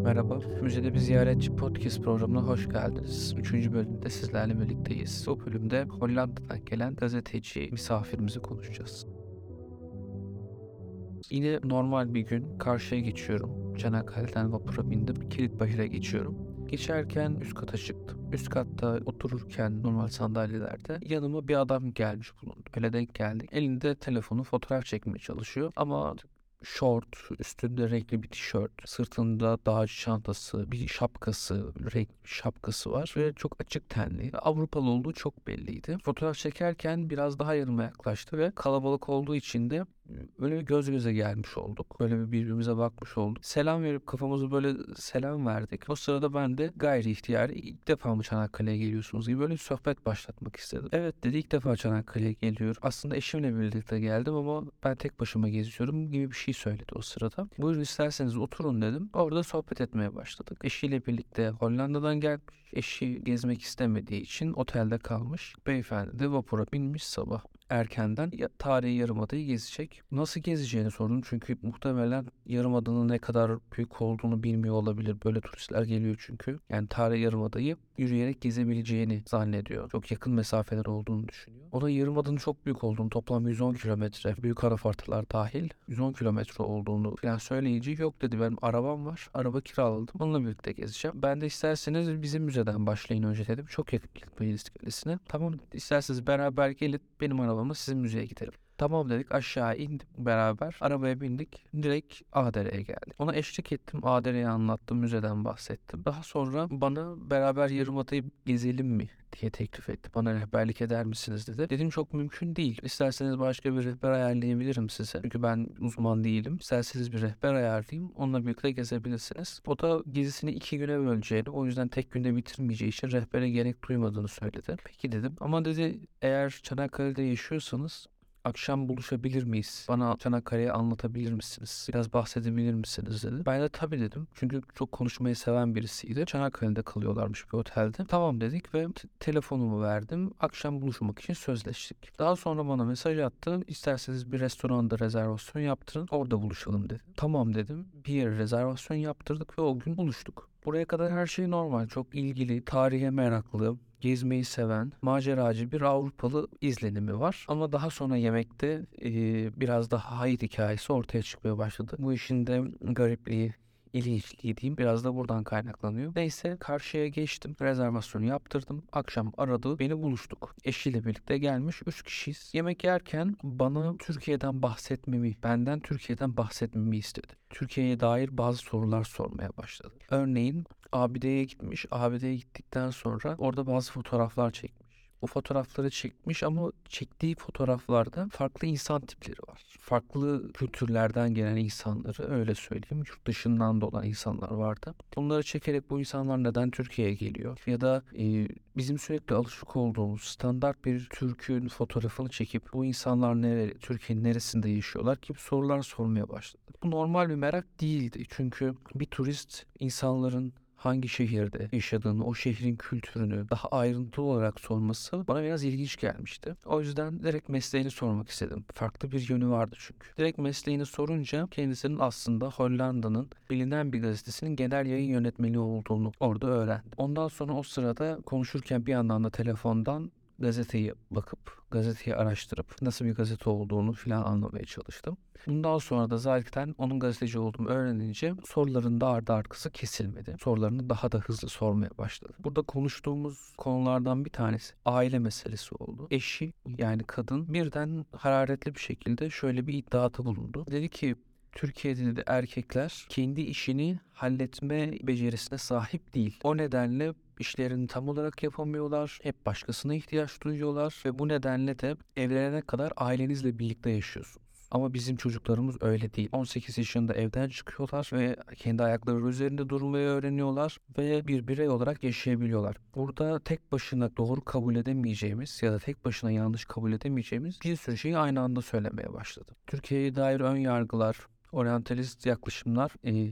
Merhaba, Müzede Bir Ziyaretçi podcast programına hoş geldiniz. Üçüncü bölümde sizlerle birlikteyiz. Bu bölümde Hollanda'dan gelen gazeteci misafirimizi konuşacağız. Yine normal bir gün karşıya geçiyorum. Çanakkale'den vapura bindim, Kilitbahir'e geçiyorum. Geçerken üst kata çıktım. Üst katta otururken normal sandalyelerde yanıma bir adam gelmiş bulundu. Öyle denk geldik. Elinde telefonu fotoğraf çekmeye çalışıyor ama şort, üstünde renkli bir tişört, sırtında dağcı çantası, bir şapkası, renkli bir şapkası var ve çok açık tenli. Avrupalı olduğu çok belliydi. Fotoğraf çekerken biraz daha yanıma yaklaştı ve kalabalık olduğu için de böyle bir göz göze gelmiş olduk. Böyle bir birbirimize bakmış olduk. Selam verip kafamızı böyle selam verdik. O sırada ben de gayri ihtiyari ilk defa mı Çanakkale'ye geliyorsunuz gibi böyle bir sohbet başlatmak istedim. Evet dedi, ilk defa Çanakkale'ye geliyorum. Aslında eşimle birlikte geldim ama ben tek başıma geziyorum gibi bir şey söyledi o sırada. Buyurun isterseniz oturun dedim. Orada sohbet etmeye başladık. Eşiyle birlikte Hollanda'dan gelmiş. Eşi gezmek istemediği için otelde kalmış. Beyefendi de vapura binmiş sabah erkenden tarihi yarımadayı gezecek. Nasıl gezeceğini sordum çünkü muhtemelen yarımadanın ne kadar büyük olduğunu bilmiyor olabilir. Böyle turistler geliyor çünkü. Yani tarihi yarımadayı yürüyerek gezebileceğini zannediyor. Çok yakın mesafeler olduğunu düşünüyor. O da yarımadanın çok büyük olduğunu, toplam 110 kilometre, büyük anafartalar dahil 110 kilometre olduğunu falan söyleyince yok dedi, benim arabam var. Araba kiraladım. Onunla birlikte gezeceğim. Ben de isterseniz bizim müzeden başlayın önce dedim. Çok yakın Kilitbahir iskelesine. Tamam, isterseniz beraber gelin benim arabamla sizin müzeye gidelim. Tamam dedik, aşağı indik beraber. Arabaya bindik. Direkt Ağdere'ye geldik. Ona eşlik ettim. Ağdere'yi anlattım. Müzeden bahsettim. Daha sonra bana beraber Yarımada'yı gezelim mi diye teklif etti. Bana rehberlik eder misiniz dedi. Dedim çok mümkün değil. İsterseniz başka bir rehber ayarlayabilirim size. Çünkü ben uzman değilim. İsterseniz bir rehber ayarlayayım. Onunla birlikte gezebilirsiniz. O da gezisini 2 güne böleceğini, o yüzden tek günde bitirmeyeceği için rehbere gerek duymadığını söyledi. Peki dedim. Ama dedi, eğer Çanakkale'de yaşıyorsanız akşam buluşabilir miyiz? Bana Çanakkale'yi anlatabilir misiniz? Biraz bahsedebilir misiniz dedi. Ben de tabii dedim. Çünkü çok konuşmayı seven birisiydi. Çanakkale'de kalıyorlarmış bir otelde. Tamam dedik ve telefonumu verdim. Akşam buluşmak için sözleştik. Daha sonra bana mesaj attı. İsterseniz bir restoranda rezervasyon yaptırın. Orada buluşalım dedi. Tamam dedim. Bir yere rezervasyon yaptırdık ve o gün buluştuk. Buraya kadar her şey normal. Çok ilgili, tarihe meraklı, gezmeyi seven, maceracı bir Avrupalı izlenimi var. Ama daha sonra yemekte biraz daha hayat hikayesi ortaya çıkmaya başladı. Bu işin de garipliği, ilginçliği diyeyim, biraz da buradan kaynaklanıyor. Neyse, karşıya geçtim. Rezervasyonu yaptırdım. Akşam aradı. Beni buluştuk. Eşiyle birlikte gelmiş. 3 kişiyiz. Yemek yerken bana benden Türkiye'den bahsetmemi istedi. Türkiye'ye dair bazı sorular sormaya başladı. Örneğin abideye gitmiş. Abideye gittikten sonra orada bazı fotoğraflar çekmiş. Bu fotoğrafları çekmiş ama çektiği fotoğraflarda farklı insan tipleri var. Farklı kültürlerden gelen insanları, öyle söyleyeyim, yurt dışından da olan insanlar vardı. Bunları çekerek bu insanlar neden Türkiye'ye geliyor? Ya da bizim sürekli alışık olduğumuz standart bir Türk'ün fotoğrafını çekip bu insanlar Türkiye'nin neresinde yaşıyorlar gibi sorular sormaya başladı. Bu normal bir merak değildi. Çünkü bir turist insanların hangi şehirde yaşadığını, o şehrin kültürünü daha ayrıntılı olarak sorması bana biraz ilginç gelmişti. O yüzden direkt mesleğini sormak istedim. Farklı bir yönü vardı çünkü. Direkt mesleğini sorunca kendisinin aslında Hollanda'nın bilinen bir gazetesinin genel yayın yönetmeni olduğunu orada öğrendim. Ondan sonra o sırada konuşurken bir yandan da telefondan gazeteyi bakıp, gazeteyi araştırıp nasıl bir gazete olduğunu filan anlamaya çalıştım. Bundan sonra da zaten onun gazeteci olduğumu öğrenince soruların da ardı arkası kesilmedi. Sorularını daha da hızlı sormaya başladı. Burada konuştuğumuz konulardan bir tanesi aile meselesi oldu. Eşi, yani kadın, birden hararetli bir şekilde şöyle bir iddiada bulundu. Dedi ki, Türkiye'de de erkekler kendi işini halletme becerisine sahip değil. O nedenle işlerini tam olarak yapamıyorlar. Hep başkasına ihtiyaç duyuyorlar ve bu nedenle de evlenene kadar ailenizle birlikte yaşıyorsunuz. Ama bizim çocuklarımız öyle değil. 18 yaşında evden çıkıyorlar ve kendi ayakları üzerinde durmayı öğreniyorlar ve bir birey olarak yaşayabiliyorlar. Burada tek başına doğru kabul edemeyeceğimiz ya da tek başına yanlış kabul edemeyeceğimiz bir sürü şeyi aynı anda söylemeye başladı. Türkiye'ye dair ön yargılar, oryantalist yaklaşımlar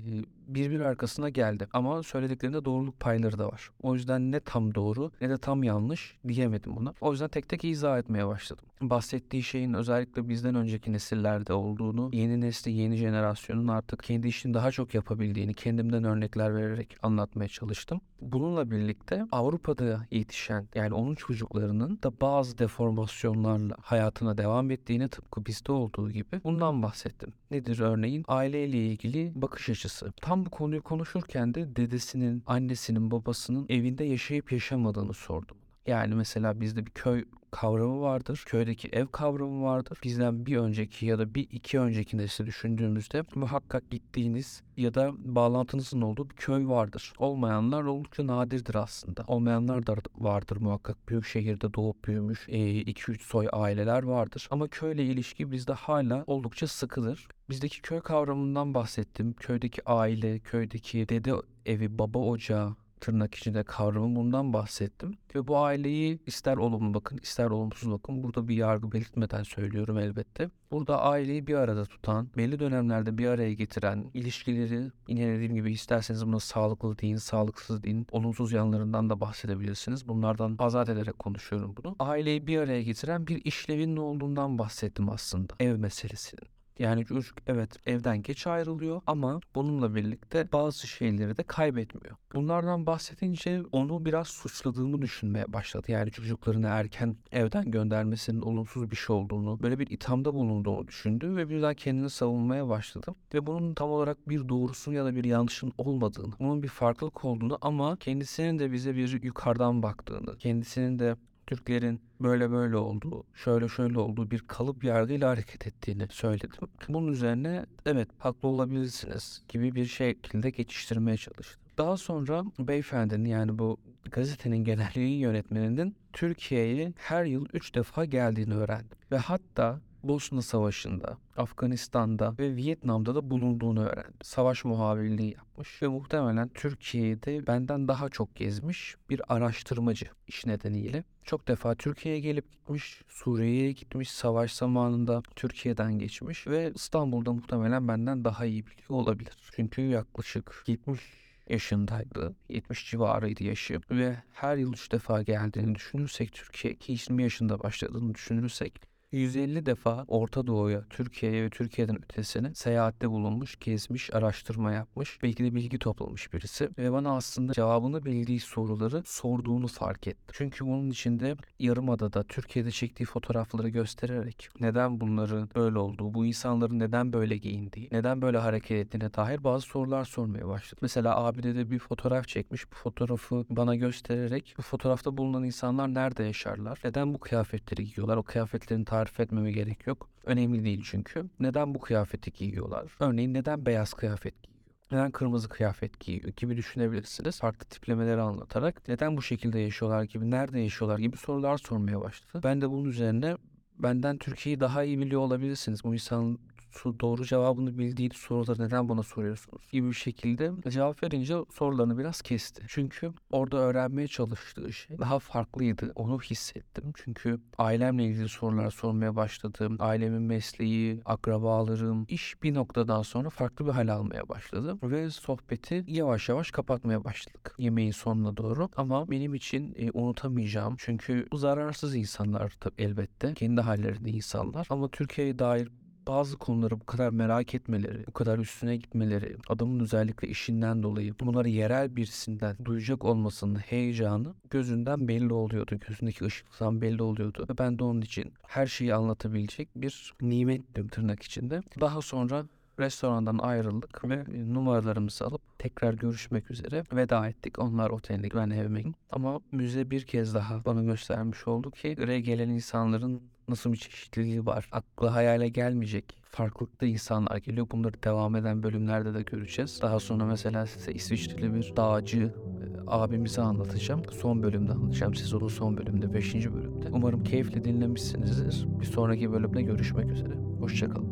birbir arkasına geldi. Ama söylediklerinde doğruluk payları da var. O yüzden ne tam doğru ne de tam yanlış diyemedim buna. O yüzden tek tek izah etmeye başladım. Bahsettiği şeyin özellikle bizden önceki nesillerde olduğunu, yeni nesli, yeni jenerasyonun artık kendi işini daha çok yapabildiğini kendimden örnekler vererek anlatmaya çalıştım. Bununla birlikte Avrupa'da yetişen, yani onun çocuklarının da bazı deformasyonlarla hayatına devam ettiğini, tıpkı bizde olduğu gibi bundan bahsettim. Nedir örneğin? Aileyle ilgili bakış açısı. Tam bu konuyu konuşurken de dedesinin, annesinin, babasının evinde yaşayıp yaşamadığını sordum. Yani mesela bizde bir köy kavramı vardır. Köydeki ev kavramı vardır. Bizden bir önceki ya da bir iki önceki nesli düşündüğümüzde muhakkak gittiğiniz ya da bağlantınızın olduğu bir köy vardır. Olmayanlar oldukça nadirdir aslında. Olmayanlar da vardır muhakkak. Büyük şehirde doğup büyümüş 2-3 soy aileler vardır. Ama köyle ilişki bizde hala oldukça sıkıdır. Bizdeki köy kavramından bahsettim. Köydeki aile, köydeki dede evi, baba ocağı, tırnak içinde kavramı, bundan bahsettim. Ve bu aileyi ister olumlu bakın ister olumsuz bakın, burada bir yargı belirtmeden söylüyorum elbette. Burada aileyi bir arada tutan, belli dönemlerde bir araya getiren, ilişkileri yine dediğim gibi isterseniz buna sağlıklı deyin, sağlıksız deyin, olumsuz yanlarından da bahsedebilirsiniz. Bunlardan azat ederek konuşuyorum bunu. Aileyi bir araya getiren bir işlevin ne olduğundan bahsettim aslında. Ev meselesinin. Yani çocuk evet evden geç ayrılıyor ama bununla birlikte bazı şeyleri de kaybetmiyor. Bunlardan bahsedince onu biraz suçladığımı düşünmeye başladı. Yani çocuklarını erken evden göndermesinin olumsuz bir şey olduğunu, böyle bir ithamda bulunduğunu düşündü ve birden kendini savunmaya başladı. Ve bunun tam olarak bir doğrusunun ya da bir yanlışın olmadığını, bunun bir farklılık olduğunu ama kendisinin de bize bir yukarıdan baktığını, kendisinin de Türklerin böyle böyle olduğu, şöyle şöyle olduğu bir kalıp yargıyla hareket ettiğini söyledim. Bunun üzerine evet haklı olabilirsiniz gibi bir şekilde geçiştirmeye çalıştım. Daha sonra beyefendinin, yani bu gazetenin genel yayın yönetmeninin Türkiye'ye her yıl 3 defa geldiğini öğrendim. Ve hatta Bosna Savaşı'nda, Afganistan'da ve Vietnam'da da bulunduğunu öğrendim. Savaş muhabirliği yapmış ve muhtemelen Türkiye'de benden daha çok gezmiş bir araştırmacı iş nedeniyle. Çok defa Türkiye'ye gelip gitmiş, Suriye'ye gitmiş, savaş zamanında Türkiye'den geçmiş ve İstanbul'da muhtemelen benden daha iyi biliyor olabilir. Çünkü yaklaşık 70 yaşındaydı. 70 civarıydı yaşı ve her yıl 3 defa geldiğini düşünürsek, Türkiye ki 20 yaşında başladığını düşünürsek 150 defa Orta Doğu'ya, Türkiye'ye ve Türkiye'den ötesine seyahatte bulunmuş, gezmiş, araştırma yapmış, belki de bilgi toplamış birisi. Ve bana aslında cevabını bildiği soruları sorduğunu fark ettim. Çünkü bunun içinde Yarımada'da Türkiye'de çektiği fotoğrafları göstererek neden bunların böyle olduğu, bu insanların neden böyle giyindiği, neden böyle hareket ettiğine dair bazı sorular sormaya başladı. Mesela abide de bir fotoğraf çekmiş. Bu fotoğrafı bana göstererek bu fotoğrafta bulunan insanlar nerede yaşarlar? Neden bu kıyafetleri giyiyorlar? O kıyafetlerin tarif etmeme gerek yok. Önemli değil çünkü. Neden bu kıyafeti giyiyorlar? Örneğin neden beyaz kıyafet giyiyor? Neden kırmızı kıyafet giyiyor gibi düşünebilirsiniz. Farklı tiplemeleri anlatarak neden bu şekilde yaşıyorlar gibi, nerede yaşıyorlar gibi sorular sormaya başladı. Ben de bunun üzerine benden Türkiye'yi daha iyi biliyor olabilirsiniz. Bu insanın doğru cevabını bildiği soruları neden bana soruyorsunuz gibi bir şekilde cevap verince sorularını biraz kesti. Çünkü orada öğrenmeye çalıştığı şey daha farklıydı. Onu hissettim. Çünkü ailemle ilgili sorular sormaya başladım. Ailemin mesleği, akrabalarım, iş bir noktadan sonra farklı bir hal almaya başladı. Ve sohbeti yavaş yavaş kapatmaya başladık. Yemeğin sonuna doğru. Ama benim için unutamayacağım. Çünkü bu zararsız insanlar tabii elbette. Kendi hallerinde insanlar. Ama Türkiye'ye dair bazı konuları bu kadar merak etmeleri, bu kadar üstüne gitmeleri, adamın özellikle işinden dolayı bunları yerel birisinden duyacak olmasının heyecanı gözünden belli oluyordu. Gözündeki ışıktan belli oluyordu. Ve ben de onun için her şeyi anlatabilecek bir nimettim tırnak içinde. Daha sonra restorandan ayrıldık ve numaralarımızı alıp tekrar görüşmek üzere veda ettik. Onlar otelde, ben evime gittim. Ama müze bir kez daha bana göstermiş oldu ki oraya gelen insanların nasıl bir çeşitliliği var. Akla hayale gelmeyecek farklılıkta insanlar geliyor. Bunları devam eden bölümlerde de göreceğiz. Daha sonra mesela size İsviçreli bir dağcı abimizi anlatacağım. Son bölümde anlatacağım. Sezonun son bölümünde, 5. bölümde. Umarım keyifle dinlemişsinizdir. Bir sonraki bölümde görüşmek üzere. Hoşçakalın.